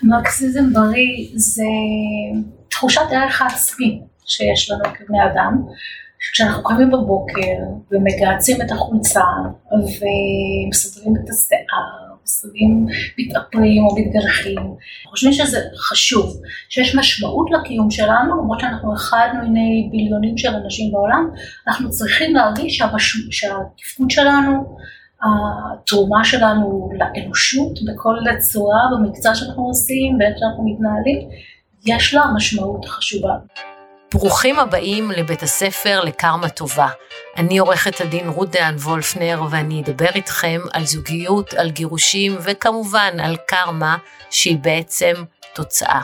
נרקסיזם בריא זה תחושת ערך העצמי שיש לנו כבני אדם, כשאנחנו קמים בבוקר ומגעצים את החולצה ומסדרים את השיער, מתאפרים או מתגלחים, חושבים שזה חשוב, שיש משמעות לקיום שלנו, למרות שאנחנו אחד מיני ביליונים של אנשים בעולם, אנחנו צריכים להרגיש שהתפקוד שלנו, התרומה שלנו לאנושות בכל צורה, במקצוע שאנחנו עושים, ואיך שאנחנו מתנהלים, יש לה משמעות חשובה. ברוכים הבאים לבית הספר לקרמה טובה. אני עורכת הדין רות דהן וולפנר, ואני אדבר איתכם על זוגיות, על גירושים, וכמובן על קרמה שהיא בעצם תוצאה.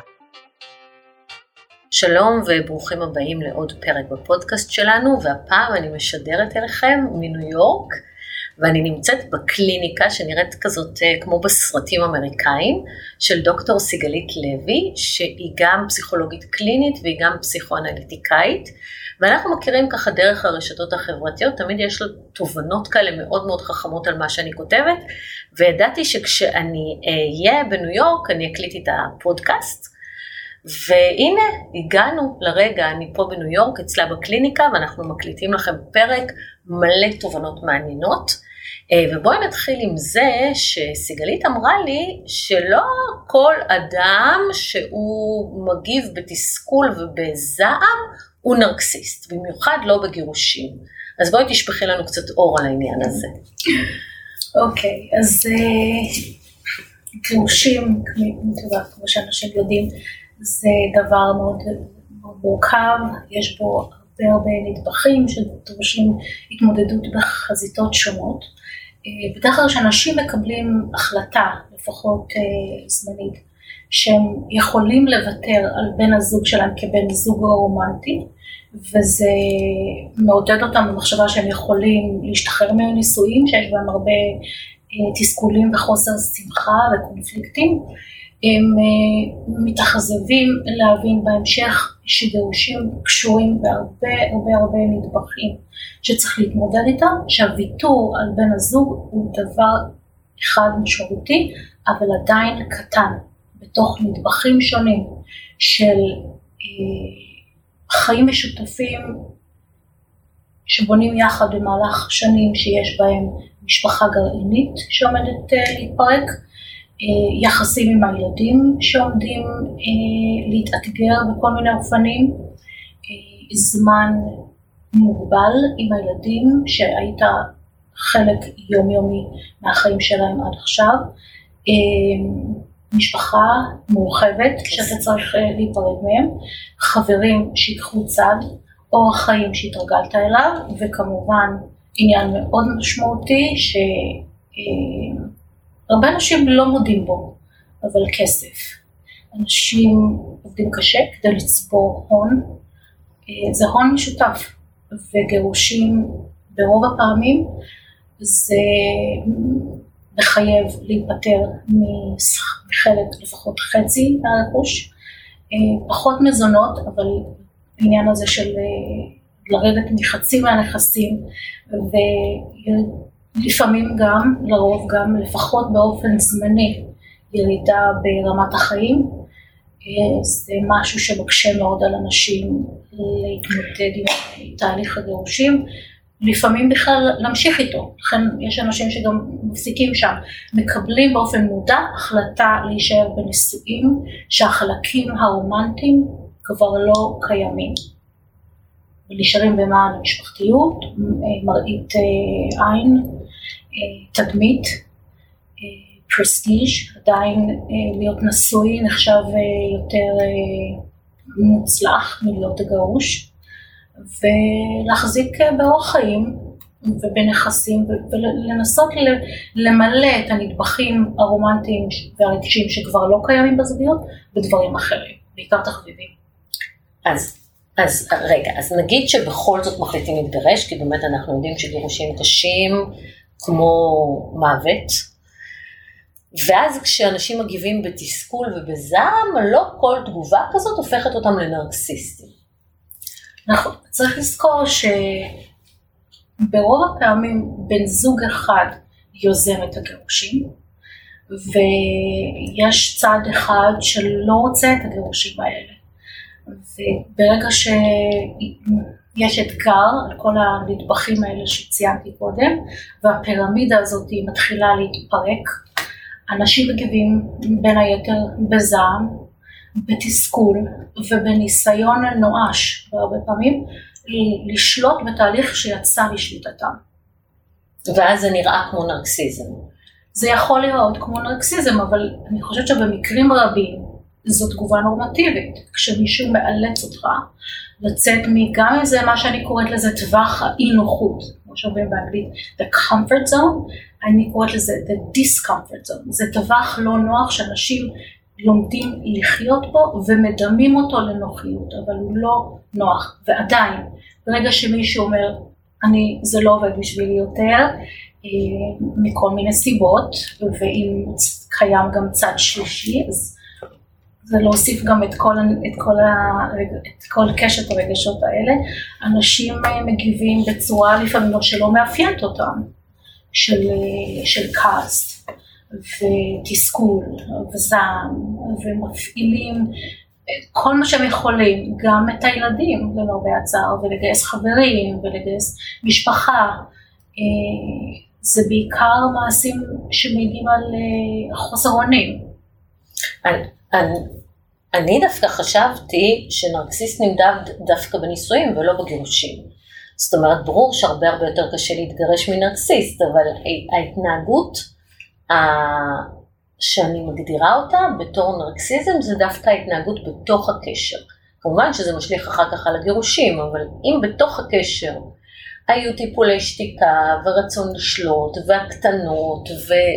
שלום וברוכים הבאים לעוד פרק בפודקאסט שלנו, והפעם אני משדרת אליכם מניו יורק, ואני נמצאת בקליניקה שנראית כזאת כמו בסרטים אמריקאים, של דוקטור סיגלית לוי, שהיא גם פסיכולוגית קלינית והיא גם פסיכואנליטיקאית, ואנחנו מכירים ככה דרך הרשתות החברתיות, תמיד יש לה תובנות כאלה מאוד מאוד חכמות על מה שאני כותבת, וידעתי שכשאני אהיה בניו יורק אני אקליט את הפודקאסט, והנה הגענו לרגע, אני פה בניו יורק אצלה בקליניקה, ואנחנו מקליטים לכם פרק מלא תובנות מעניינות, ובואי נתחיל עם זה שסיגלית אמרה לי שלא כל אדם שהוא מגיב בתסכול ובזעם הוא נרקסיסט, במיוחד לא בגירושים. אז בואי תשפכי לנו קצת אור על העניין הזה. אוקיי, אז גירושים, כמו שאנשים יודעים, זה דבר מאוד מורכב, יש בו הרבה נדבכים שדורשים התמודדות בחזיתות שונות. בדרך כלל שאנשים מקבלים החלטה, לפחות זמנית, שהם יכולים לוותר על בן הזוג שלהם כבן זוג רומנטי, וזה מעודד אותם במחשבה שהם יכולים להשתחרר מנישואים, שיש בהם הרבה תסכולים וחוסר שמחה וקונפליקטים, הם מתאכזבים להבין בהמשך שגירושים קשורים בהרבה נדבכים שצריך להתמודד איתם, שהוויתור על בן הזוג הוא דבר אחד משמעותי, אבל עדיין קטן, בתוך נדבכים שונים של חיים משותפים שבונים יחד במהלך שנים שיש בהם משפחה גרעינית שעומדת להתפרק, יחסים עם הילדים שעומדים להתאתגר בכל מיני אופנים, זמן מוגבל עם הילדים שהיית חלק יומיומי מהחיים שלהם עד עכשיו, משפחה מורחבת שאתה צריך להיפרד מהם, חברים שיקחו צד, אורח חיים שהתרגלת אליו, וכמובן עניין מאוד משמעותי הרבה אנשים לא מודים בו, אבל כסף. אנשים עובדים קשה כדי לצבור הון, זה הון משותף, וגירושים ברוב הפעמים זה מחייב להיפטר מחלק, לפחות חצי מהרכוש, פחות מזונות, אבל העניין הזה של לרדת מחצי מהנכסים, לפעמים גם, לרוב גם, לפחות באופן זמני, ירידה ברמת החיים, זה משהו שמקשה מאוד על אנשים להתמודד עם תהליך הגירושים, לפעמים בכלל להמשיך איתו, לכן יש אנשים שגם מפסיקים שם, מקבלים באופן מודע החלטה להישאר בנישואים, שהחלקים הרומנטיים כבר לא קיימים. ונשארים במען המשפחתיות, מראית עין, תדמית, פרסטיג', עדיין להיות נשוי נחשב יותר מוצלח מלהיות גרוש, ולהחזיק באורח חיים ובנכסים, ולנסות למלא את הנדבכים הרומנטיים והרגשיים שכבר לא קיימים בזוגיות, בדברים אחרים, בעיקר תחביבים. אז רגע, אז נגיד שבכל זאת מחליטים להתגרש, כי באמת אנחנו יודעים שגירושים קשים כמו מוות, ואז כשאנשים מגיבים בתסכול ובזעם, לא כל תגובה כזאת הופכת אותם לנרקסיסטים. נכון, צריך לזכור שברוב הפעמים בן זוג אחד יוזם את הגירושים, ויש צד אחד שלא רוצה את הגירושים האלה. וברגע שיש אתגר על כל הנדבכים האלה שציינתי קודם, והפירמידה הזאת מתחילה להתפרק, אנשים מגיבים בין היתר בזעם, בתסכול ובניסיון נואש, והרבה פעמים לשלוט בתהליך שיצא לשליטתם. ואז זה נראה כמו נרקסיזם. זה יכול לראות כמו נרקסיזם, אבל אני חושבת שבמקרים רבים זו תגובה נורמטיבית. כשמישהו מאלץ אותך לצאת גם אם זה מה שאני קוראת לזה טווח האי נוחות, כמו שאומרים באנגלית, the comfort zone, אני קוראת לזה the discomfort zone. זה טווח לא נוח שאנשים לומדים לחיות בו ומדמים אותו לנוחיות, אבל הוא לא נוח. ועדיין, ברגע שמישהו אומר, זה לא עובד בשבילי יותר, מכל מיני סיבות, ואם קיים גם צד שלישי, אז זה להוסיף גם את כל קשת הרגשות האלה. אנשים מגיבים בצורה לפעמים שלא מאפיינת אותם, של כעס ותסכול וזעם, ומפעילים כל מה שהם יכולים, גם את הילדים למרבה הצער, ולגייס חברים ולגייס משפחה. זה בעיקר מעשים שמעידים על חוסר אונים. אני דווקא חשבתי שנרקסיסט נמדד דווקא בנישואים ולא בגירושים. זאת אומרת, ברור שהרבה יותר קשה להתגרש מנרקסיסט, אבל ההתנהגות שאני מגדירה אותה בתור נרקסיזם זה דווקא ההתנהגות בתוך הקשר. כמובן שזה משליך אחר כך על הגירושים, אבל אם בתוך הקשר היו טיפולי שתיקה ורצון לשלוט והקטנות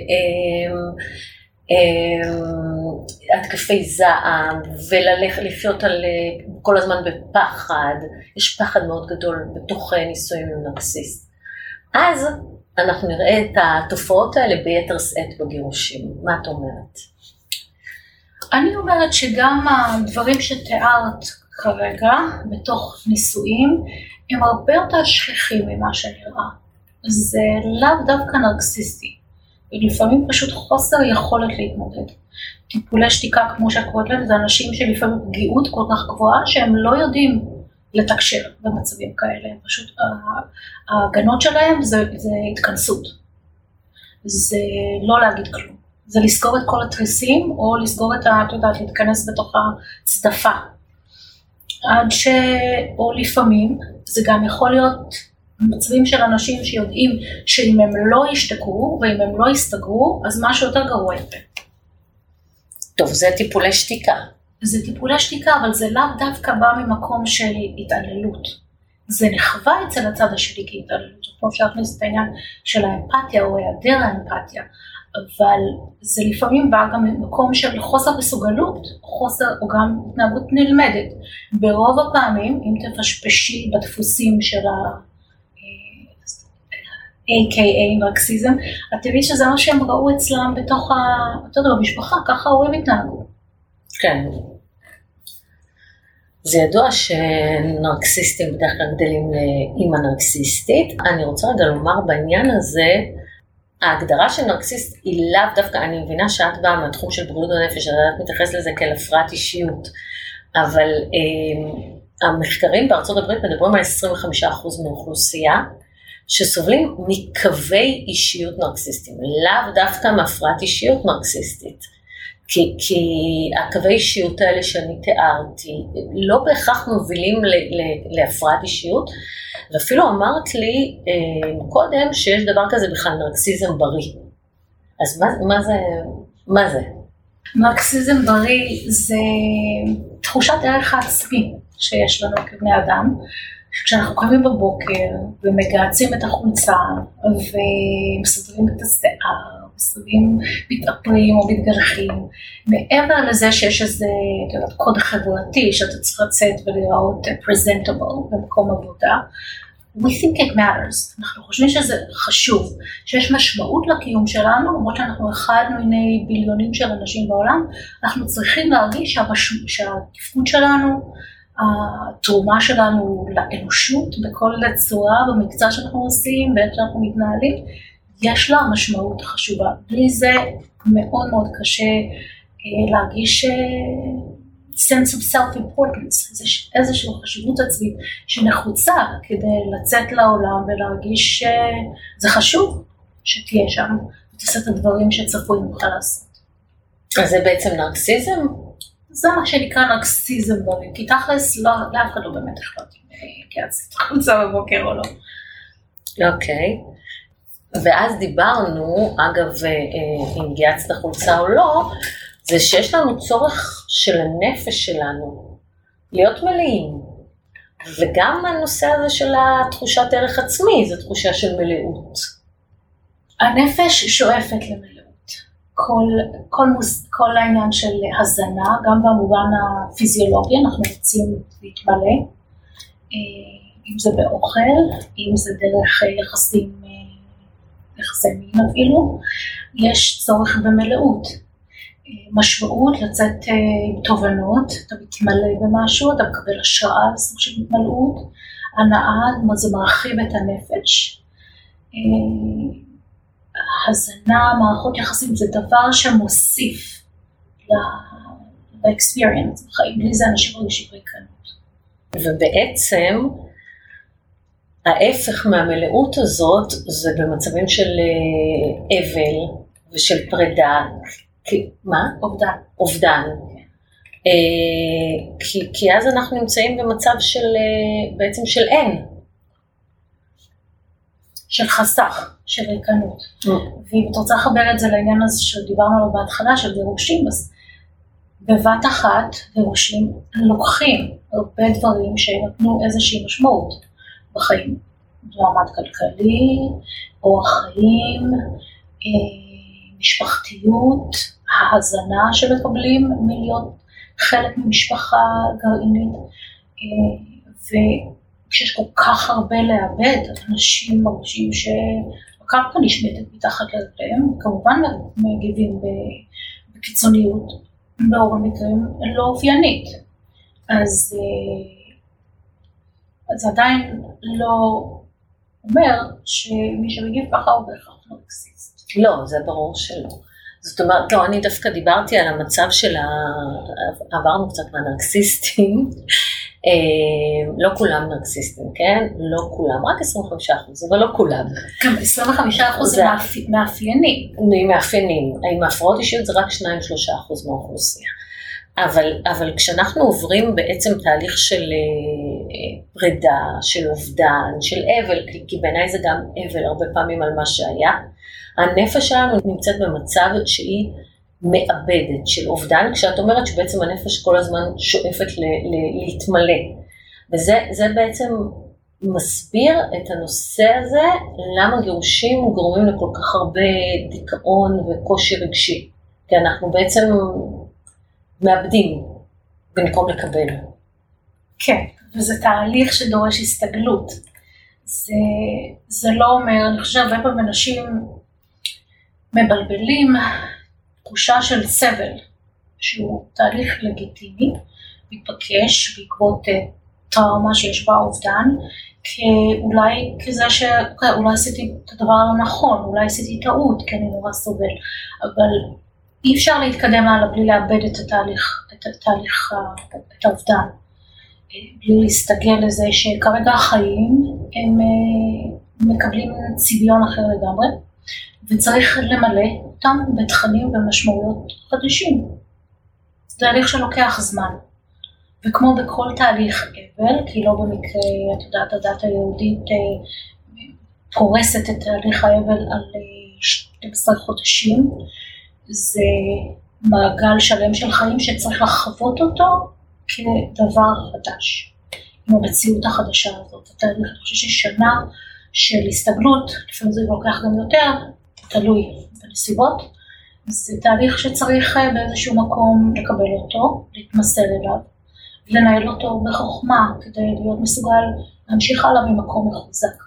התקפי זעם ולחיות כל הזמן בפחד, יש פחד מאוד גדול בתוך נישואים עם נרקסיסט. אז אנחנו נראה את התופעות האלה ביתר שאת בגירושים. מה את אומרת? אני אומרת שגם הדברים שתיארת כרגע בתוך נישואים הם הרבה יותר שכיחים ממה שנראה. זה לאו דווקא נרקסיסטי, ולפעמים פשוט חוסר יכולת להתמודד. טיפולי שתיקה כמו שקוראת להם, זה אנשים שלפעמים פגיעות כל כך גבוהה שהם לא יודעים לתקשר במצבים כאלה. פשוט ההגנות שלהם זה התכנסות. זה לא להגיד כלום. זה לסגור את כל התריסים, או לסגור להתכנס בתוך הצדפה. או לפעמים זה גם יכול להיות מצבים של אנשים שיודעים שאם הם לא ישתקרו ואם הם לא יסתגרו, אז משהו יותר גרוע יותר. טוב, זה טיפולי שתיקה. זה טיפולי שתיקה, אבל זה לאו דווקא בא ממקום של התעללות. זה נחווה אצל הצד השני כהתעללות. פה אפשר להכניס את העניין של האמפתיה או היעדר האמפתיה, אבל זה לפעמים בא גם ממקום של חוסר מסוגלות, חוסר או גם התנהגות נלמדת. ברוב הפעמים, אם תפשפשי בדפוסים של AKA נרקסיזם, את תראי שזה מה שהם ראו אצלם בתוך במשפחה, ככה ההורים התנהגו. כן. זה ידוע שנרקסיסטים בדרך כלל גדלים לאמא נרקסיסטית. אני רוצה רגע לומר בעניין הזה, ההגדרה של נרקסיסט היא לאו דווקא, אני מבינה שאת באה מהתחום של בריאות הנפש, את מתייחס לזה כאל הפרעת אישיות, אבל המחקרים בארצות הברית מדברים על 25% מהאוכלוסייה, שסובלים מקווי אישיות נרקסיסטים, לאו דווקא מהפרעת אישיות נרקסיסטית. כי הקווי אישיות האלה שאני תיארתי לא בהכרח מובילים להפרעת אישיות, ואפילו אמרת לי קודם שיש דבר כזה בכלל נרקסיזם בריא. אז מה זה? נרקסיזם בריא זה תחושת ערך העצמי שיש לנו כבני אדם, כשאנחנו קמים בבוקר ומגעצים את החולצה ומסדרים את השיער, מסדרים מתאפרים או מתגלחים, מעבר לזה שיש איזה קוד חברתי שאתה צריך לצאת ולראות presentable במקום עבודה, we think it matters, אנחנו חושבים שזה חשוב, שיש משמעות לקיום שלנו, למרות שאנחנו אחד מיני ביליונים של אנשים בעולם, אנחנו צריכים להרגיש שהתפקוד שלנו, התרומה שלנו לאנושות בכל צורה במקצוע שאנחנו עושים, ואיך שאנחנו מתנהלים, יש לה משמעות חשובה. בלי זה מאוד מאוד קשה להרגיש sense of self-importance, איזושהי חשיבות עצמית שנחוצה כדי לצאת לעולם ולהרגיש שזה חשוב שתהיה שם ותעשה את הדברים שצפוי ממך לעשות. אז זה בעצם נרקסיזם? זה מה שנקרא נרקסיזם ברי, כי תכלס לאף אחד לא באמת אכפת אם גייצת החוצה בבוקר או לא. אוקיי, ואז דיברנו, אגב, אם גייצת החוצה או לא, זה שיש לנו צורך של הנפש שלנו להיות מלאים, וגם הנושא הזה של התחושת ערך עצמי, זו תחושה של מלאות. הנפש שואפת למלאות. כל העניין של הזנה, גם במובן הפיזיולוגי, אנחנו רוצים להתמלא, אם זה באוכל, אם זה דרך יחסי מין אפילו, יש צורך במלאות. משמעות לצאת עם תובנות, אתה מתמלא במשהו, אתה מקבל השראה לסוג של התמלאות, הנאה, זה מרחיב את הנפש. הזנה, מערכות יחסים, זה דבר שמוסיף ל-experience, בחיים בלי זה אנשים מרגישים ריקנות. ובעצם, ההפך מהמלאות הזאת, זה במצבים של אבל ושל פרידה, מה? אובדן. כי אז אנחנו נמצאים במצב של, בעצם של אין. של חסך, של ריקנות. ואם אתה רוצה לחבר את זה לעניין הזה שדיברנו עליו בהתחלה, של גירושים, אז בבת אחת גירושים לוקחים הרבה דברים שנתנו איזושהי משמעות בחיים. מעמד כלכלי, אורח חיים, משפחתיות, ההזנה שמקבלים מלהיות חלק ממשפחה גרעינית, וכשיש כל כך הרבה לאבד, אנשים מרגישים שהקרקע נשמטת מתחת לרגליהם, כמובן מגיבים בקיצוניות, ברוב המקרים לא אופיינית, אז עדיין לא אומר שמי שמגיב ככה הוא בהכרח נרקסיסט. לא, זה ברור שלא. זאת אומרת, לא, אני דווקא דיברתי על המצב של עברנו קצת מהנרקסיסטים, לא כולם נרקסיסטים, כן? לא כולם, רק 25%, אבל לא כולם. גם 25% זה מאפיינים. מאפיינים, עם הפרעות אישיות זה רק 2-3% מהאוכלוסייה. אבל כשאנחנו עוברים בעצם תהליך של פרידה, של אובדן, של אבל, כי בעיניי זה גם אבל הרבה פעמים על מה שהיה, הנפש שלנו נמצאת במצב שהיא מאבדת של אובדן, כשאת אומרת שבעצם הנפש כל הזמן שואפת להתמלא. וזה בעצם מסביר את הנושא הזה, למה גירושים גורמים לכל כך הרבה דיכאון וקושי רגשי. כי אנחנו בעצם מאבדים במקום לקבל. כן, וזה תהליך שדורש הסתגלות. זה לא אומר, אני חושב הרבה פעמים אנשים מבלבלים תחושה של סבל, שהוא תהליך לגיטימי, מתבקש בעקבות טראומה שיש בה אובדן, אולי כזה שאולי עשיתי את הדבר הנכון, אולי עשיתי טעות, כי אני נורא סובל, אבל אי אפשר להתקדם הלאה בלי לאבד את את האובדן, בלי להסתגל לזה שכרגע החיים הם מקבלים צביון אחר לגמרי, וצריך למלא אותם בתכנים ומשמעויות חדשים. זה תהליך שלוקח זמן, וכמו בכל תהליך אבל, כי לא במקרה, את יודעת, הדת היהודית פורסת את תהליך האבל על 12 חודשים, זה מעגל שלם של חיים שצריך לחוות אותו כדבר חדש, עם המציאות החדשה הזאת. התהליך, אני חושב ששנה של הסתגלות, לפעמים זה לוקח גם יותר, תלוי בנסיבות, זה תהליך שצריך באיזשהו מקום לקבל אותו, להתמסר אליו, ולנהל אותו בחוכמה, כדי להיות מסוגל להמשיך הלאה ממקום מחוזק.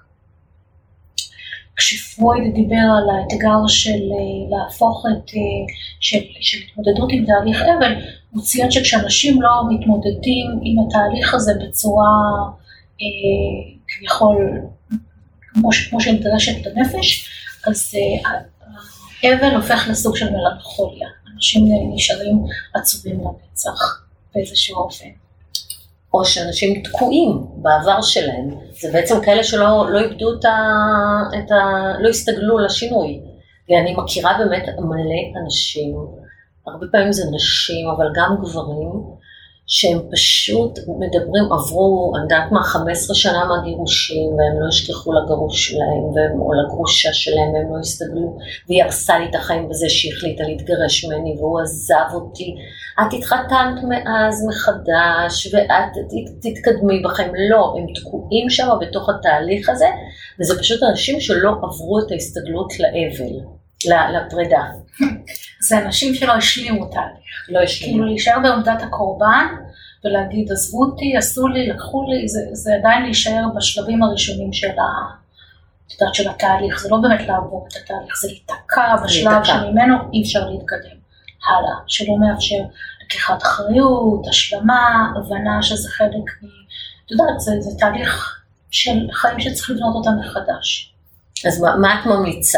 כשפרויד דיבר על האתגר של להפוך של התמודדות עם תהליך אבל, הוא ציין שכשאנשים לא מתמודדים עם התהליך הזה בצורה כביכול כמו שנדרשת לנפש, אז האבל הופך לסוג של מלנכוליה, אנשים נשארים עצובים לנצח באיזשהו אופן. או שאנשים תקועים בעבר שלהם, זה בעצם כאלה שלא איבדו לא הסתגלו לשינוי. ואני מכירה באמת מלא אנשים, הרבה פעמים זה נשים, אבל גם גברים, שהם פשוט מדברים, עברו, אני יודעת מה, 15 שנה מהגירושים, והם לא השכחו לגרוש שלהם, או לגרושה שלהם, והם לא הסתגלו, והיא הרסה לי את החיים בזה שהחליטה להתגרש ממני, והוא עזב אותי, את התחתנת מאז מחדש, ואת תתקדמי בחיים, לא, הם תקועים שם בתוך התהליך הזה, וזה פשוט אנשים שלא עברו את ההסתגלות לאבל, לפרידה. זה אנשים שלא השלימו תהליך. לא השלימו. כאילו להישאר בעמדת הקורבן, ולהגיד עזבו אותי, עשו לי, לקחו לי, זה עדיין להישאר בשלבים הראשונים של התהליך. זה לא באמת לעבור את התהליך, זה להיתקע בשלב שממנו אי אפשר להתקדם הלאה, שלא מאפשר לקיחת אחריות, השלמה, הבנה שזה חלק את יודעת, זה תהליך של חיים שצריך לבנות אותם מחדש. אז מה את ממליצה?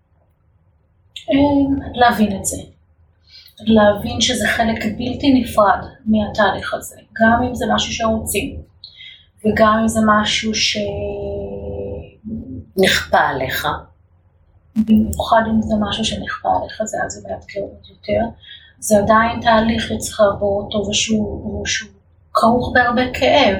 להבין את זה. להבין שזה חלק בלתי נפרד מהתהליך הזה. גם אם זה משהו שרוצים, וגם אם זה משהו נכפה עליך. במיוחד אם זה משהו שנכפה עליך, אז זה מאתגר יותר. זה עדיין תהליך שצריך לעבור אותו, ושהוא כרוך בהרבה כאב.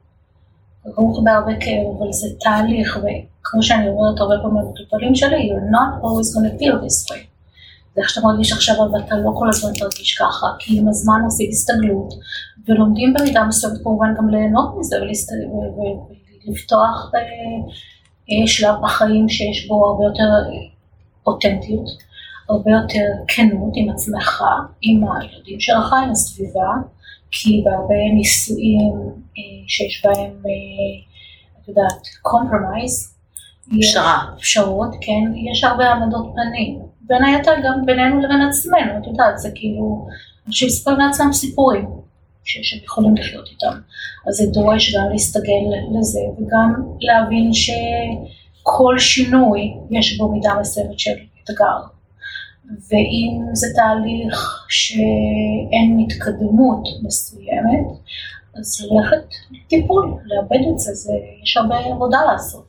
אבל זה תהליך, וכמו שאני אומרת הרבה פעמים במטופלים שלי, you're not always going to feel this way. זה איך שאתה מרגיש עכשיו, אבל אתה לא כל הזמן תרגיש ככה, כי עם הזמן עושים הסתגלות, ולומדים במידה מסוימת כמובן גם ליהנות מזה, ולפתוח שלב בחיים שיש בו הרבה יותר אותנטיות, הרבה יותר כנות עם עצמך, עם הילדים שלך, עם הסביבה, כי בהרבה ניסויים שיש בהם, את יודעת, compromise, פשרות, כן, יש הרבה עמדות פנים, בין היתר גם בינינו לבין עצמנו, את יודעת, זה כאילו, אנשים מספרים לעצמם סיפורים, שהם יכולים לחיות איתם, אז זה דורש גם להסתגל לזה, וגם להבין שכל שינוי יש בו מידה מסוימת של אתגר, ואם זה תהליך שאין התקדמות מסוימת, אז ללכת לטיפול, לאבד את זה, יש הרבה עבודה לעשות.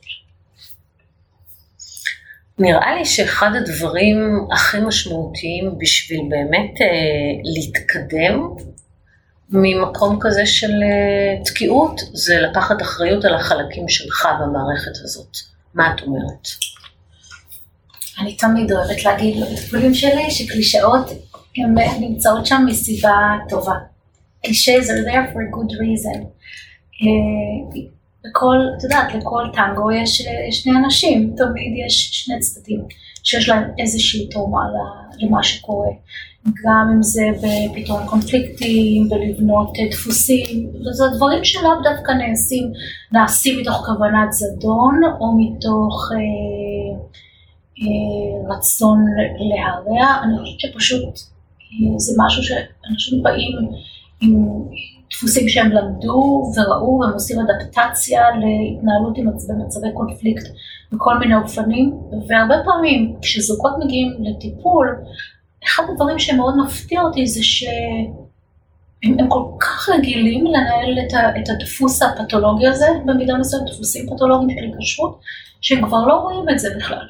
נראה לי שאחד הדברים הכי משמעותיים בשביל באמת להתקדם ממקום כזה של תקיעות, זה לקחת אחריות על החלקים שלך במערכת הזאת. מה את אומרת? אני תמיד אוהבת להגיד לטיפולים שלי שקלישאות הן נמצאות שם מסיבה טובה. Clichés are there for a good reason. את יודעת, לכל טנגו יש שני אנשים, תמיד יש שני צדדים שיש להם איזושהי תרומה למה שקורה. גם אם זה בפתרון קונפליקטים, בלבנות דפוסים, זה דברים שלאו דווקא נעשים מתוך כוונת זדון, או מתוך רצון להרע. אני חושבת שפשוט זה משהו שאנשים באים עם דפוסים שהם למדו וראו, והם עושים אדפטציה להתנהלות במצבי קונפליקט בכל מיני אופנים, והרבה פעמים כשזוגות מגיעים לטיפול, אחד הדברים שמאוד מפתיע אותי זה שהם כל כך רגילים לנהל את הדפוס הפתולוגי הזה, במידה מסוימת דפוסים פתולוגיים של התקשרות, שהם כבר לא רואים את זה בכלל.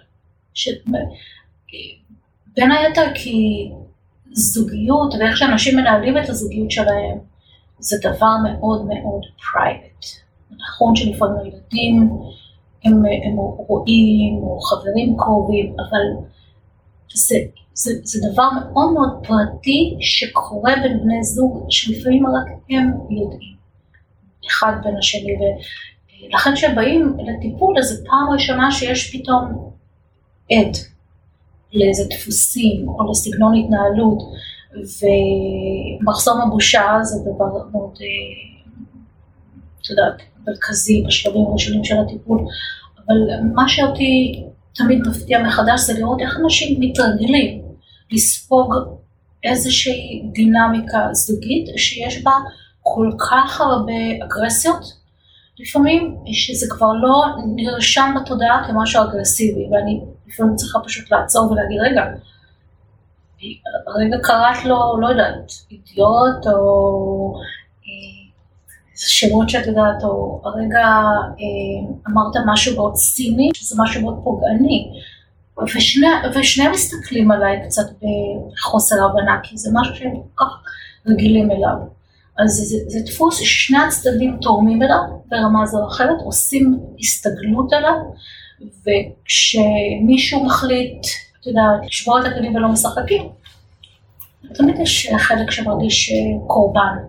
בין היתר כי זוגיות ואיך שאנשים מנהלים את הזוגיות שלהם, זה דבר מאוד מאוד פרייבט. נכון שלפעמים הילדים הם רואים או חברים קרובים, אבל זה דבר מאוד מאוד פרטי שקורה בין בני זוג שלפעמים רק הם יודעים אחד בין השני, ולכן שבאים לטיפול איזה פעם ראשונה שיש פתאום עד לאיזה דפוסים או לסגנון התנהלות, ומחסום הבושה זה דבר מאוד, את יודעת, מרכזי בשלבים הראשונים של הטיפול, אבל מה שאותי תמיד מפתיע מחדש זה לראות איך אנשים מתרגלים לספוג איזושהי דינמיקה זוגית שיש בה כל כך הרבה אגרסיות, לפעמים שזה כבר לא נרשם בתודעה כמשהו אגרסיבי, ואני לפעמים צריכה פשוט לעצור ולהגיד, הרגע קראת לו, לא יודעת, אידיוט, או שמות שאת יודעת, או הרגע אמרת משהו מאוד ציני, שזה משהו מאוד פוגעני, ושני מסתכלים עליי קצת בחוסר הבנה, כי זה משהו שהם כל כך רגילים אליו. אז זה דפוס ששני הצדדים תורמים אליו ברמה זו או אחרת, עושים הסתגלות עליו, וכשמישהו מחליט, אתה יודע, לשבור את הכלים ולא משחקים, תמיד יש חלק שמרגיש קורבן.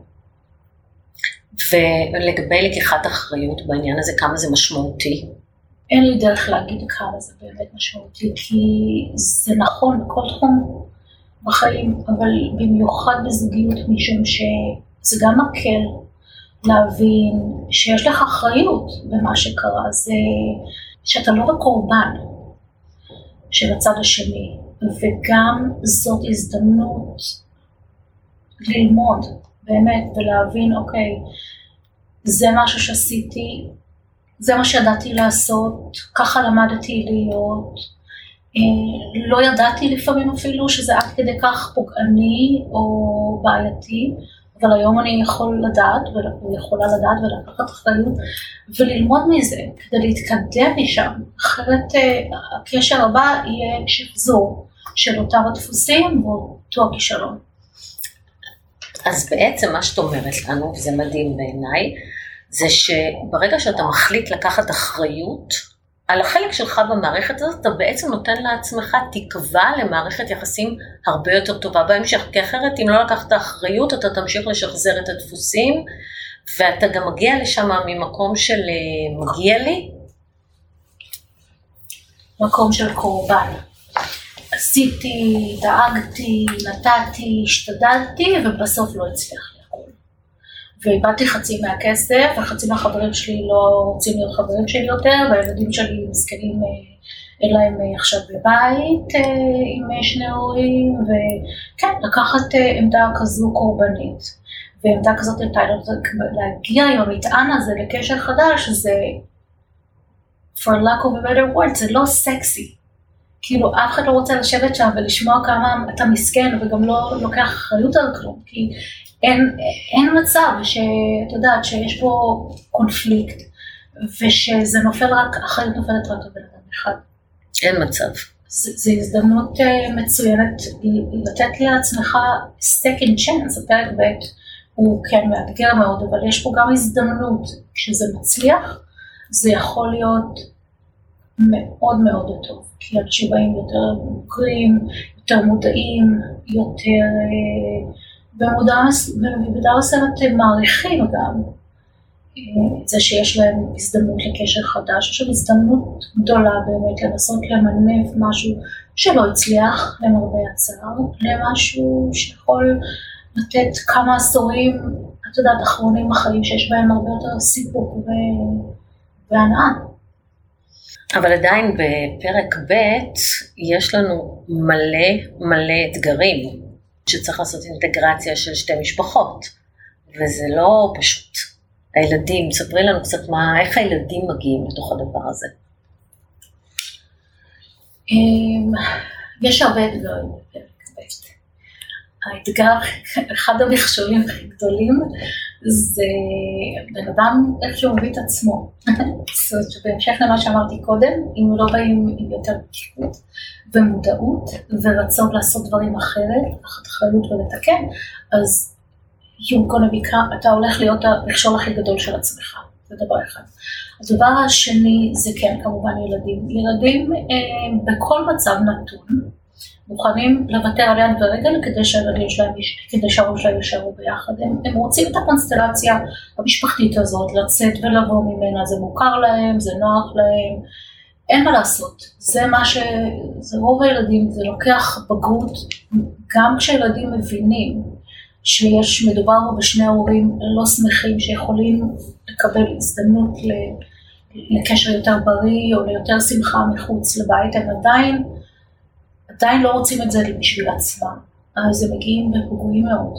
ולגבי לקיחת אחריות בעניין הזה, כמה זה משמעותי? אין לי דרך להגיד כמה זה באמת משמעותי, כי זה נכון בכל תחום בחיים, אבל במיוחד בזוגיות, משום שזה גם מקל להבין שיש לך אחריות במה שקרה, זה שאתה לא בקורבן של הצד השני, וגם זאת הזדמנות ללמוד באמת ולהבין, אוקיי, זה משהו שעשיתי, זה מה שידעתי לעשות, ככה למדתי להיות, לא ידעתי לפעמים אפילו שזה עד כדי כך פוגעני או בעייתי, אבל היום אני יכול לדעת ויכולה לדעת ולקחת אחריות וללמוד מזה כדי להתקדם משם, אחרת הקשר הבא יהיה שחזור של אותם הדפוסים ואותו הכישלון. אז בעצם מה שאת אומרת לנו, וזה מדהים בעיניי, זה שברגע שאתה מחליט לקחת אחריות על החלק שלך במערכת הזאת, אתה בעצם נותן לעצמך תקווה למערכת יחסים הרבה יותר טובה בהמשך, כי אחרת אם לא לקחת אחריות, אתה תמשיך לשחזר את הדפוסים, ואתה גם מגיע לשם ממקום של מגיע לי. מקום של קורבן. עשיתי, דאגתי, נתתי, השתדלתי, ובסוף לא הצליח לי הכל. ואיבדתי חצי מהכסף, וחצי מהחברים שלי לא רוצים להיות חברים שלי יותר, והילדים שלי מסכנים, אין להם עכשיו לבית עם שני הורים, וכן, לקחת עמדה כזו קורבנית. ועמדה כזאת הייתה להגיע עם המטען הזה לקשר חדש, זה, for lack of a better word, זה לא סקסי. כאילו אף אחד לא רוצה לשבת שם ולשמוע כמה אתה מסכן וגם לא לוקח אחריות על כלום, כי אין מצב שאת יודעת שיש פה קונפליקט ושזה נופל רק, אחריות נופלת רק לבן אדם אחד. אין מצב. זו הזדמנות מצוינת לתת לעצמך second chance, הפרק ב' הוא כן מאתגר מאוד, אבל יש פה גם הזדמנות, כשזה מצליח, זה יכול להיות מאוד מאוד טוב, כי אנשים באים יותר מוכרים, יותר מודעים, יותר במידה מסוימת מעריכים גם את זה שיש להם הזדמנות לקשר חדש, יש להם הזדמנות גדולה באמת לנסות למנף משהו שלא הצליח, למרבה הצער, למשהו שיכול לתת כמה עשורים, את יודעת, אחרונים בחיים שיש בהם הרבה יותר סיפוק והנאה. אבל עדיין בפרק ב' יש לנו מלא אתגרים, שצריך לעשות אינטגרציה של שתי משפחות, וזה לא פשוט. הילדים, ספרי לנו קצת איך הילדים מגיעים לתוך הדבר הזה. יש הרבה אתגרים בפרק ב'. האתגר, אחד המכשולים הגדולים, זה בן אדם איך שהוא מביא את עצמו. זאת אומרת שבהמשך למה שאמרתי קודם, אם לא באים עם יותר פתיחות ומודעות ורצון לעשות דברים אחרת, לקחת אחריות ולתקן, אז אתה הולך להיות המכשול הכי גדול של עצמך. זה דבר אחד. הדבר השני זה כן כמובן ילדים. ילדים בכל מצב נתון, מוכנים לוותר על יד ורגל כדי שהילדים שלהם, כדי שההורים שלהם יישארו ביחד. הם רוצים את הקונסטלציה המשפחתית הזאת, לצאת ולבוא ממנה, זה מוכר להם, זה נוח להם, אין מה לעשות. זה רוב הילדים, זה לוקח בגרות, גם כשילדים מבינים שיש מדובר בשני הורים לא שמחים שיכולים לקבל הזדמנות לקשר יותר בריא או ליותר שמחה מחוץ לבית, הם עדיין לא רוצים את זה בשביל עצמם, אז הם מגיעים בפגועים מאוד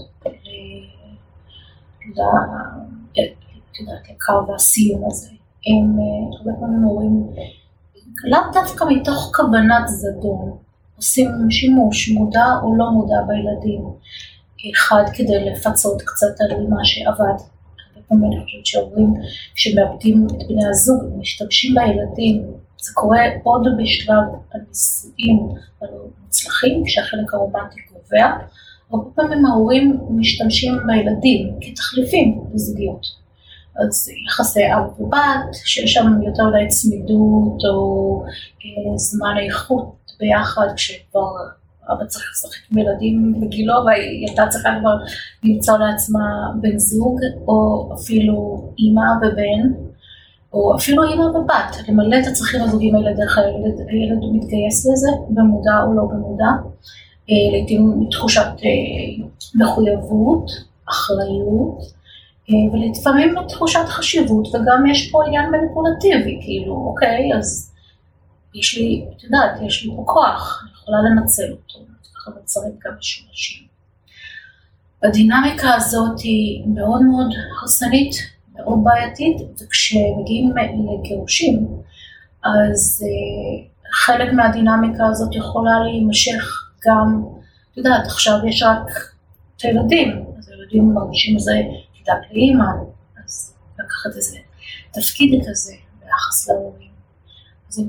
לקו הסיום הזה. הם הרבה פעמים הורים לאו דווקא מתוך כוונת זדון, עושים שימוש מודע או לא מודע בילדים, אחד כדי לפצות קצת על מה שעבד. אני חושבת שהורים שמאבדים את בני הזוג, משתמשים בילדים, זה קורה עוד בשלב הנישואים המוצלחים, כשהחלק הרומנטי קובע, הרבה פעמים ההורים משתמשים בילדים כתחליפים לזוגיות. אז יחסי אב ובת, שיש שם יותר מדי צמידות או זמן איכות ביחד, כשכבר אבא צריך לשחק עם ילדים בגילו, והילדה צריכה כבר למצוא לעצמה בן זוג, או אפילו אמא ובן, או אפילו אמא ובת, למלא את הצרכים הזוגים האלה דרך הילד מתגייס לזה, במודע או לא במודע, לעתים מתחושת מחויבות, אחריות, ולפעמים תחושת חשיבות, וגם יש פה עניין מניפולטיבי, כאילו, אוקיי, אז יש לי, את יודעת, יש לי פה כוח, אני יכולה לנצל אותו, ככה בצרים גם משולשים. הדינמיקה הזאת היא מאוד מאוד הרסנית, מאוד בעייתית, וכשמגיעים לגירושים, אז חלק מהדינמיקה הזאת יכולה להימשך גם, את יודעת, עכשיו יש רק את הילדים, אז הילדים מרגישים איזה תדאג לאמא, אז לקחת איזה תפקיד כזה ביחס להורים. אז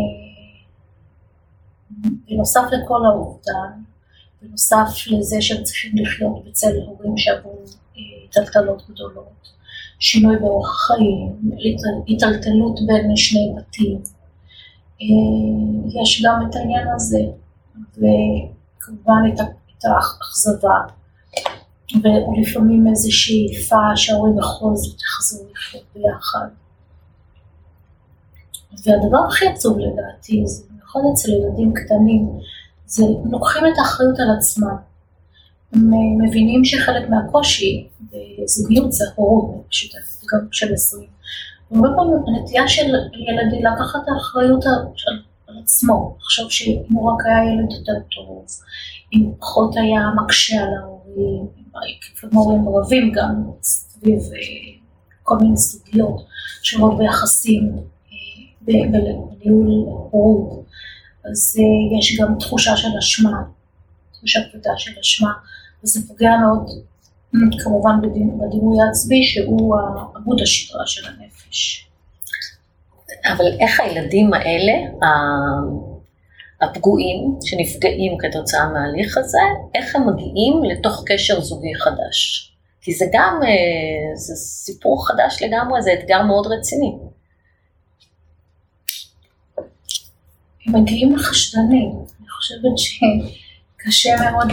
בנוסף לכל האובדן, בנוסף לזה שהם צריכים לחיות בצל הורים שעברו טלטלות גדולות, שינוי באורח חיים, התטלטלות בין שני בתים, יש גם את העניין הזה, וכמובן את האכזבה, ולפעמים איזו שאיפה שההורים בכל זאת יחזרו לחיות ביחד. והדבר הכי עצוב לדעתי, זה במיוחד אצל ילדים קטנים, זה לוקחים את האחריות על עצמם. הם מבינים שחלק מהקושי בזוגיות זה הורות משותפת, גם של עשרים. הרבה פעמים הנטייה של ילדי לקחת את האחריות על עצמו, לחשוב שאם הוא רק היה ילד יותר טוב, אם פחות היה מקשה על ההורים, אם הורים רבים גם סביב כל מיני סוגיות שונות ביחסים, בניהול הורות, אז יש גם תחושה של אשמה, תחושה כבדה של אשמה, וזה פוגע מאוד כמובן בדימוי העצמי שהוא עמוד השדרה של הנפש. אבל איך הילדים האלה, הפגועים שנפגעים כתוצאה מההליך הזה, איך הם מגיעים לתוך קשר זוגי חדש? כי זה גם, זה סיפור חדש לגמרי, זה אתגר מאוד רציני. הם מגיעים לחשדנים, אני חושבת שקשה מאוד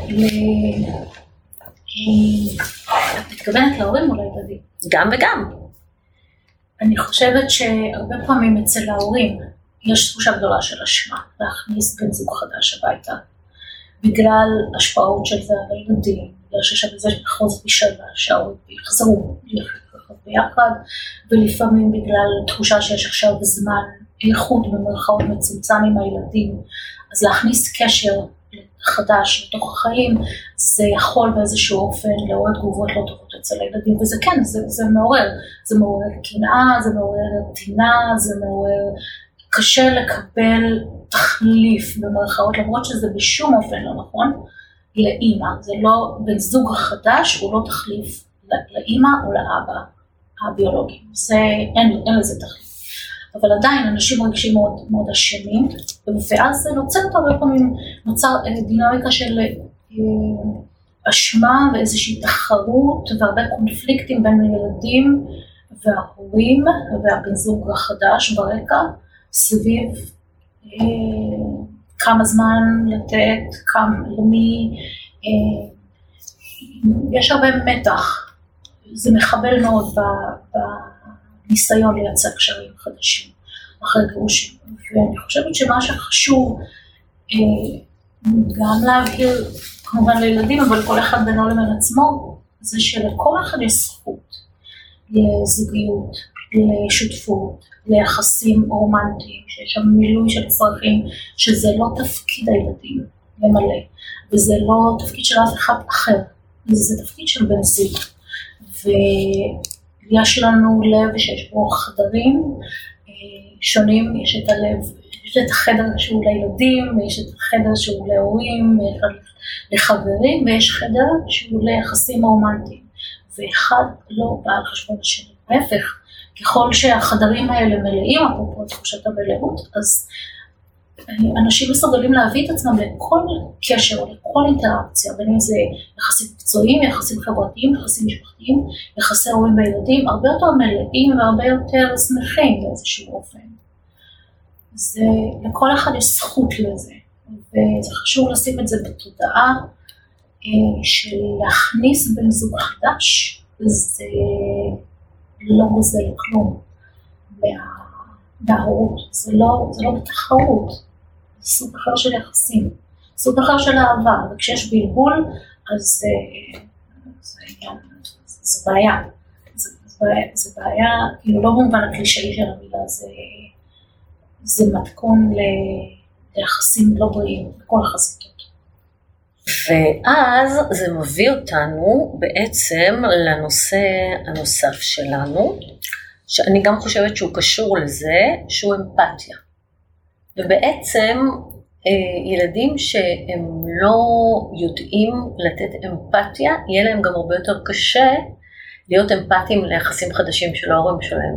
את מתכוונת להורים או לילדים? גם וגם. אני חושבת שהרבה פעמים אצל ההורים יש תחושה גדולה של אשמה להכניס בן זוג חדש הביתה, בגלל השפעות של זה על הילדים, בגלל שיש בזה בכל זאת בשלבה שההורים יחזרו לחיות ביחד, ולפעמים בגלל תחושה שיש עכשיו זמן איכות במרכאות מצומצם עם הילדים, אז להכניס קשר חדש לתוך החיים, זה יכול באיזשהו אופן לעורר תגובות לא טובות אצל הילדים, וזה כן, זה מעורר קנאה, זה מעורר טינה, זה מעורר, קשה לקבל תחליף במרכאות, למרות שזה בשום אופן לא נכון, לאמא, זה לא, בן זוג החדש הוא לא תחליף לאמא או לאבא הביולוגיים, זה, אין לזה תחליף. אבל עדיין אנשים מרגישים מאוד, מאוד אשמים, ואז זה נוצרת הרבה פעמים, נוצר דינמיקה של אשמה ואיזושהי תחרות, והרבה קונפליקטים בין הילדים וההורים והבן זוג החדש ברקע, סביב כמה זמן לתת, למי, יש הרבה מתח, זה מחבל מאוד ניסיון לייצר קשרים חדשים אחרי גירושים. ואני חושבת שמה שחשוב גם להבהיר כמובן לילדים, אבל כל אחד בינו לבין עצמו, זה שלכל אחד יש זכות לזוגיות, לשותפות, ליחסים רומנטיים, שיש שם מילוי של צרכים, שזה לא תפקיד הילדים למלא, וזה לא תפקיד של אף אחד אחר, זה תפקיד של בן זוג. יש לנו לב שיש בו חדרים שונים, יש את הלב, יש את החדר שהוא לילדים, יש את החדר שהוא להורים, לחברים, ויש חדר שהוא ליחסים רומנטיים, ואחד לא בא על חשבון השני. ההפך, ככל שהחדרים האלה מלאים, אפרופו תחושת המלאות, אז אנשים מסוגלים להביא את עצמם לכל קשר, לכל אינטראקציה, בין אם זה יחסים מקצועיים, יחסים חברתיים, יחסים משפחתיים, יחסי הורים וילדים, הרבה יותר מלאים והרבה יותר שמחים באיזשהו אופן. זה, לכל אחד יש זכות לזה, וזה חשוב לשים את זה בתודעה, של להכניס בן זוג חדש, זה לא גוזל כלום מההורות, זה לא בתחרות, זה סוג אחר של יחסים, סוג אחר של אהבה, וכשיש בלבול, אז זה בעיה, זה בעיה, כאילו לא במובן הקלישאי של המילה, זה מתכון ליחסים לא בריאים בכל החזיתות. ואז זה מביא אותנו בעצם לנושא הנוסף שלנו, שאני גם חושבת שהוא קשור לזה, שהוא אמפתיה. ובעצם ילדים שהם לא יודעים לתת אמפתיה, יהיה להם גם הרבה יותר קשה להיות אמפתיים ליחסים חדשים של ההורים שלהם.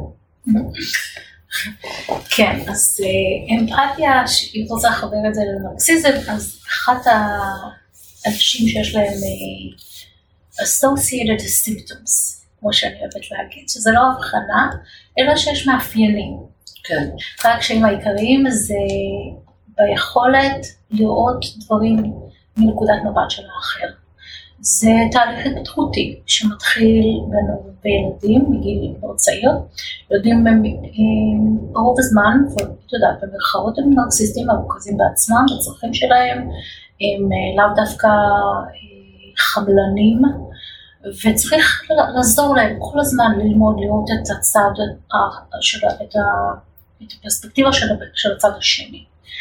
כן, אז אמפתיה, אם את רוצה לחבר את זה למרקסיזם, אז אחת האנשים שיש להם associated symptoms, כמו שאני אוהבת להגיד, שזה לא הבחנה, אלא שיש מאפיינים. כן. אחד הקשיים העיקריים זה ביכולת לראות דברים מנקודת מבט של האחר. זה תהליך התפתחותי שמתחיל בילדים בגיל מאוד צעיר. ילדים רוב הזמן, ואתה יודע, במרכאות הם נרקסיסטים מרוכזים בעצמם, בצרכים שלהם, הם לאו דווקא חבלנים, וצריך לעזור להם כל הזמן ללמוד, לראות את הצד, את הפרספקטיבה של הצד השני.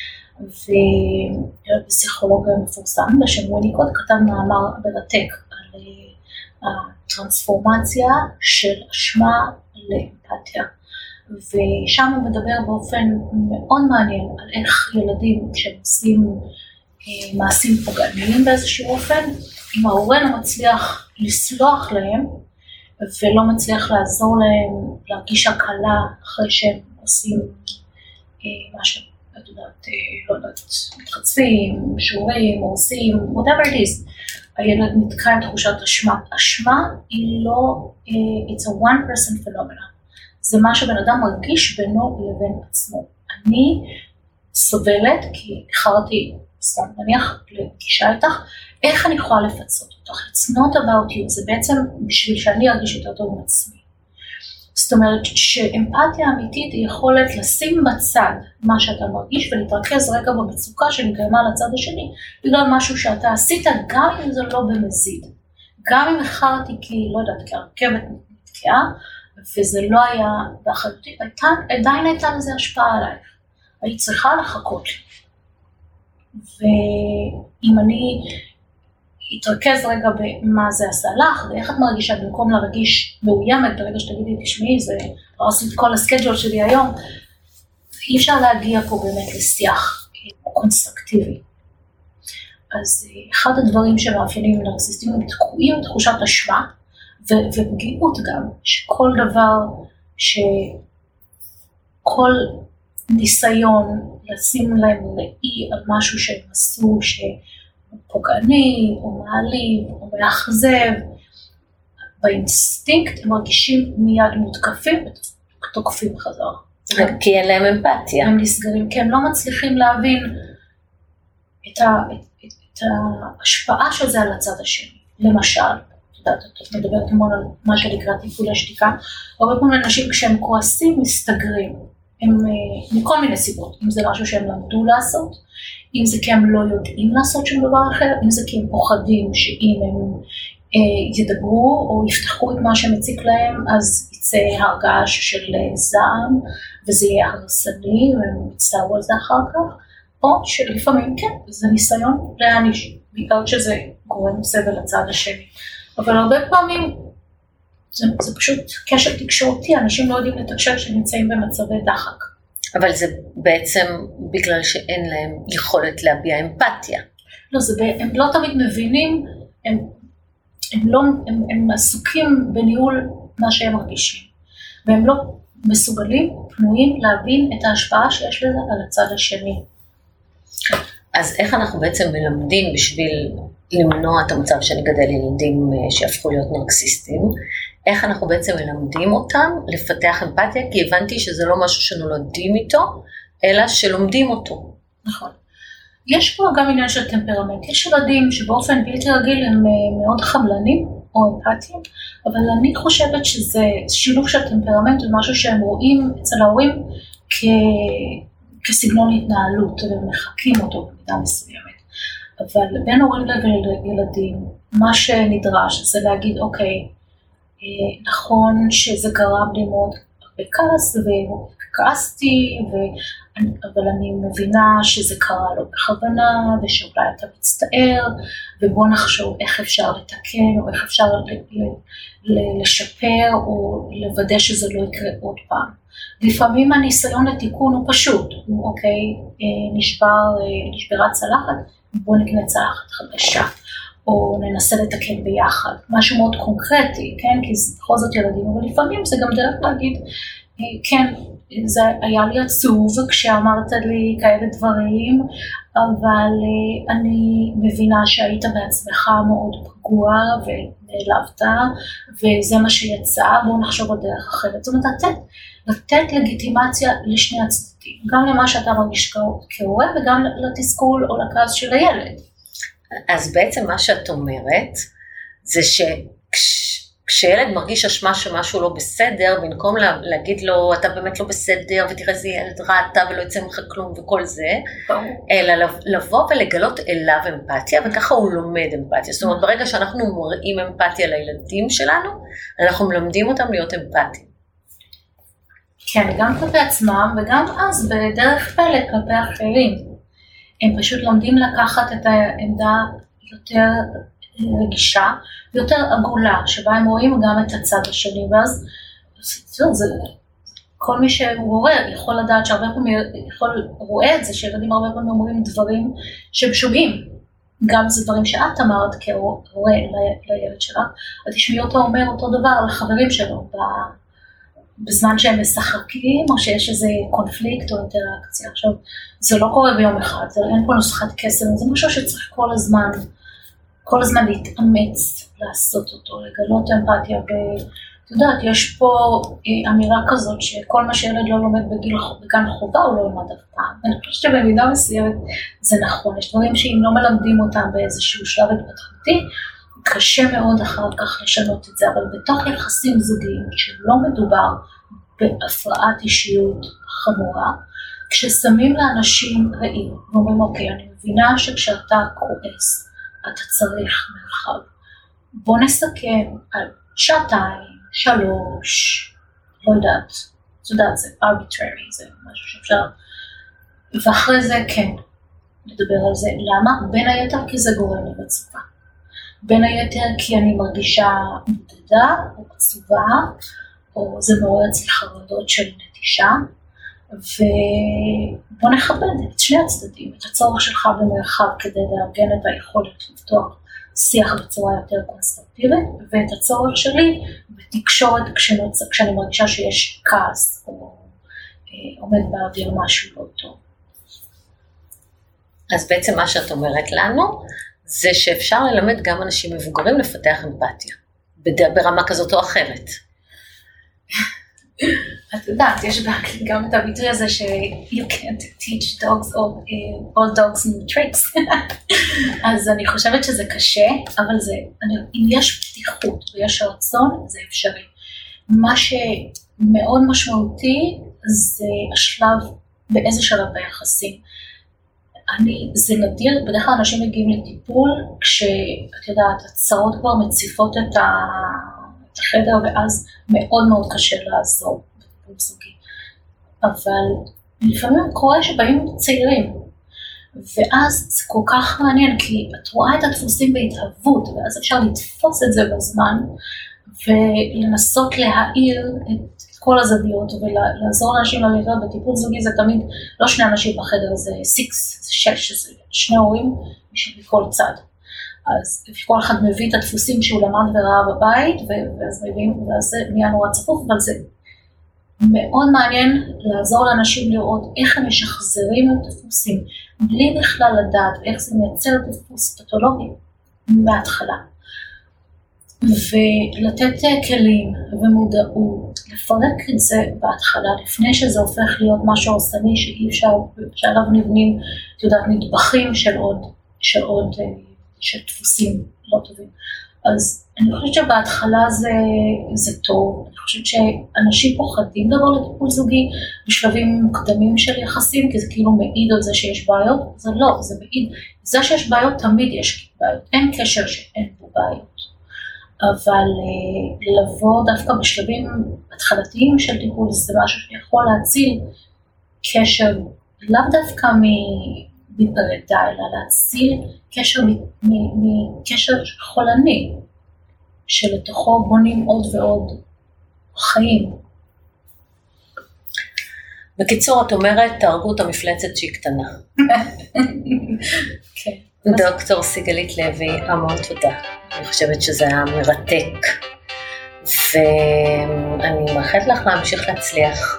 ופסיכולוג מפורסם בשם ויניקוט כתב מאמר מרתק על הטרנספורמציה של אשמה לאמפתיה, ושם הוא מדבר באופן מאוד מעניין על איך ילדים שעושים מעשים פוגעניים באיזשהו אופן, אם ההורה לא מצליח לסלוח להם ולא מצליח לעזור להם להרגיש הקלה אחרי שהם עושים משהו, לא יודעת, מתחצפים, שורים, עושים, whatever it is, הילד נתקע עם תחושת אשמה. אשמה היא לא, it's a one person phenomenon, זה מה שבן אדם מרגיש בינו לבין עצמו. אני סובלת כי איחרתי, נניח לפגישה איתך, איך אני יכולה לפצות אותך? It's not about you, זה בעצם בשביל שאני ארגיש יותר טוב עם עצמי. זאת אומרת שאמפתיה אמיתית היא יכולת לשים בצד מה שאתה מרגיש ולהתרכז רגע במצוקה שנגרמה לצד השני, בגלל משהו שאתה עשית, גם אם זה לא במזיד. גם אם איחרתי כי, לא יודעת, כי הרכבת נתקעה, וזה לא היה באחריותי, עדיין הייתה לזה השפעה עלייך. היית צריכה לחכות לי. ואם אני אתרכז רגע במה זה עשה לך, ואיך את מרגישה במקום להרגיש מאוימת, ברגע שתגידי, תשמעי, זה עושה את כל הסקייג'ול שלי היום, אי אפשר להגיע פה באמת לשיח קונסטרקטיבי. אז אחד הדברים שמאפיינים נרקסיסטים הם תקועים תחושת אשמה, ופגיעות גם, שכל דבר, שכל ניסיון לשים להם ראי על משהו שהם עשו, פוגעני, או מעליב, או מאכזב, באינסטינקט הם מרגישים מיד מותקפים ותוקפים חזרה. כי אין להם אמפתיה. הם נסגרים, כי הם לא מצליחים להבין את ההשפעה של זה על הצד השני. למשל, את מדברת המון על מה שנקרא טיפולי שתיקה, הרבה פעמים אנשים כשהם כועסים מסתגרים, הם מכל מיני סיבות, אם זה משהו שהם למדו לעשות, אם זה כי הם לא יודעים לעשות שום דבר אחר, אם זה כי הם פוחדים שאם הם ידברו או יפתחו את מה שמציק להם, אז יצא הרגש של זעם, וזה יהיה הרסני, והם יצטערו על זה אחר כך, או שלפעמים כן, זה ניסיון להעניש, בעיקר שזה גורם סבל לצד השני. אבל הרבה פעמים זה פשוט קשר תקשורתי, אנשים לא יודעים לתקשר שנמצאים במצבי דחק. אבל זה בעצם בגלל שאין להם יכולת להביע אמפתיה. לא, הם לא תמיד מבינים, הם עסוקים בניהול מה שהם מרגישים, והם לא מסוגלים, פנויים להבין את ההשפעה שיש לזה על הצד השני. אז איך אנחנו בעצם מלמדים בשביל למנוע את המצב שנגדל ילדים שיהפכו להיות נרקסיסטים, איך אנחנו בעצם מלמדים אותם לפתח אמפתיה, כי הבנתי שזה לא משהו שנולדים איתו, אלא שלומדים אותו. נכון. יש פה גם עניין של טמפרמנט, יש ילדים שבאופן בלתי רגיל הם מאוד חמלנים או אמפתיים, אבל אני חושבת שזה שילוב של טמפרמנט, זה משהו שהם רואים אצל ההורים כסגנון התנהלות, ומחקים אותו במידה מסוימת. אבל בין הורים לילדים, מה שנדרש זה להגיד, אוקיי, נכון שזה גרם לי מאוד בכעס, וכעסתי, אבל אני מבינה שזה קרה לא בכוונה, ושאולי אתה מצטער, ובוא נחשוב איך אפשר לתקן, או איך אפשר לשפר, או לוודא שזה לא יקרה עוד פעם. לפעמים הניסיון לתיקון הוא פשוט, אוקיי, נשברה צלחת, בוא נקנה צלחת חדשה, או ננסה לתקן ביחד, משהו מאוד קונקרטי, כן, כי זה בכל זאת ילדים, אבל לפעמים זה גם דרך להגיד, כן, זה היה לי עצוב כשאמרת לי כאלה דברים, אבל אני מבינה שהיית בעצמך מאוד פגוע ונעלבת, וזה מה שיצא, בואו נחשוב על דרך אחרת. זאת אומרת, לתת לגיטימציה לשני הצדדים, גם למה שאתה מרגיש כהורה, וגם לתסכול או לכעס של הילד. אז בעצם מה שאת אומרת, זה כשילד מרגיש אשמה שמשהו לא בסדר, במקום להגיד לו, אתה באמת לא בסדר, ותראה איזה ילד רע אתה ולא יצא ממך כלום וכל זה, אלא לבוא ולגלות אליו אמפתיה, וככה הוא לומד אמפתיה. זאת אומרת, ברגע שאנחנו מראים אמפתיה לילדים שלנו, אנחנו מלמדים אותם להיות אמפתיים. כן, גם כלפי עצמם, וגם אז בדרך פלא כלפי אחרים. הם פשוט לומדים לקחת את העמדה יותר רגישה, ויותר עגולה, שבה הם רואים גם את הצד השני, ואז כל מי שרואה יכול לדעת שהרבה פעמים רואה את זה, שילדים הרבה פעמים אומרים דברים שהם שומעים, גם זה דברים שאת אמרת כהורה לילד שלך, אז תשמעי אותו אומר אותו דבר על החברים שלו, בזמן שהם משחקים, או שיש איזה קונפליקט או אינטראקציה. עכשיו, זה לא קורה ביום אחד, אין פה נוסחת קסם, זה משהו שצריך כל הזמן להתאמץ לעשות אותו, לגלות אמפתיה, ואת יודעת, יש פה אמירה כזאת שכל מה שילד לא לומד בגן חובה, הוא לא לומד אף פעם. אני חושבת שבמידה מסוימת זה נכון, יש דברים שאם לא מלמדים אותם באיזשהו שלב התפתחותי, קשה מאוד אחר כך לשנות את זה, אבל בתוך יחסים זוגיים שלא מדובר בהפרעת אישיות חמורה, כששמים לאנשים רעים, ואומרים אוקיי, אני מבינה שכשאתה כועס, אתה צריך מרחב. בוא נסכם על 2, 3, לא יודעת, זה arbitrary, זה משהו שאפשר, ואחרי זה כן, נדבר על זה. למה? בין היתר כי זה גורם למצוקה. בין היתר כי אני מרגישה מודדה או עצובה, או זה מעורר אצלי חרדות של נטישה, ובוא נכבד את שני הצדדים, את הצורך שלך במרחב כדי לארגן את היכולת לפתוח שיח בצורה יותר קונסטרוקטיבית, ואת הצורך שלי בתקשורת כשאני מרגישה שיש כעס או עומד באוויר משהו לא טוב. אז בעצם מה שאת אומרת לנו, זה שאפשר ללמד גם אנשים מבוגרים לפתח אמפתיה, ברמה כזאת או אחרת. את יודעת, יש גם את הביטוי הזה ש-you can't teach dogs all dogs new tricks. אז אני חושבת שזה קשה, אבל אם יש פתיחות ויש רצון, זה אפשרי. מה שמאוד משמעותי זה השלב, באיזה שלב ביחסים. זה נדיר, בדרך כלל אנשים מגיעים לטיפול, כשאת יודעת, הצעות כבר מציפות את החדר, ואז מאוד מאוד קשה לעזור בטיפול זוגי. אבל לפעמים קורה שבאים צעירים, ואז זה כל כך מעניין, כי את רואה את הדפוסים בהתהוות, ואז אפשר לתפוס את זה בזמן, ולנסות להאיר את כל הזוויות, ולעזור לאנשים לחיות בטיפול זוגי, זה תמיד לא שני אנשים בחדר, זה 6, זה 6, זה שני הורים מכל צד. אז כל אחד מביא את הדפוסים שהוא למד וראה בבית, ואז זה נהיה נורא צפוף, אבל זה מאוד מעניין לעזור לאנשים לראות איך הם משחזרים את הדפוסים, בלי בכלל לדעת איך זה מייצר דפוס פתולוגי מההתחלה. ולתת כלים ומודעות, לפרק את זה בהתחלה, לפני שזה הופך להיות משהו הרסני שאי אפשר, שעליו נבנים, את יודעת, נדבכים של דפוסים לא טובים. אז אני חושבת שבהתחלה זה טוב, אני חושבת שאנשים פוחדים לבוא לטיפול זוגי בשלבים מוקדמים של יחסים, כי זה כאילו מעיד על זה שיש בעיות, זה לא, זה מעיד, זה שיש בעיות תמיד יש בעיות, אין קשר שאין פה בעיות. אבל לבוא דווקא בשלבים התחלתיים של טיפול, זה משהו שיכול להציל קשר, לאו דווקא מפרידה, אלא להציל קשר מקשר חולני, שלתוכו בונים עוד ועוד חיים. בקיצור, את אומרת, תהרגו את המפלצת שהיא קטנה. כן. דוקטור סיגלית לוי, המון תודה. אני חושבת שזה היה מרתק, ואני מאחלת לך להמשיך להצליח,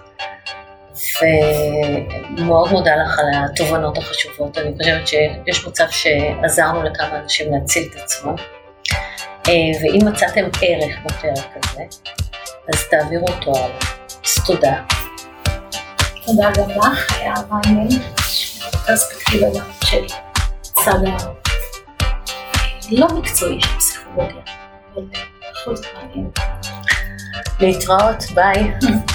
ומאוד מודה לך על התובנות החשובות. אני חושבת שיש מצב שעזרנו לכמה אנשים להציל את עצמם, ואם מצאתם ערך בפרק הזה, אז תעבירו אותו הלאה. אז תודה. תודה גם לך, היה מעניין, פרספקטיבה גם של צד לא מקצועי של פסיכולוגיה, אבל בכל זאת מעניין. להתראות, ביי.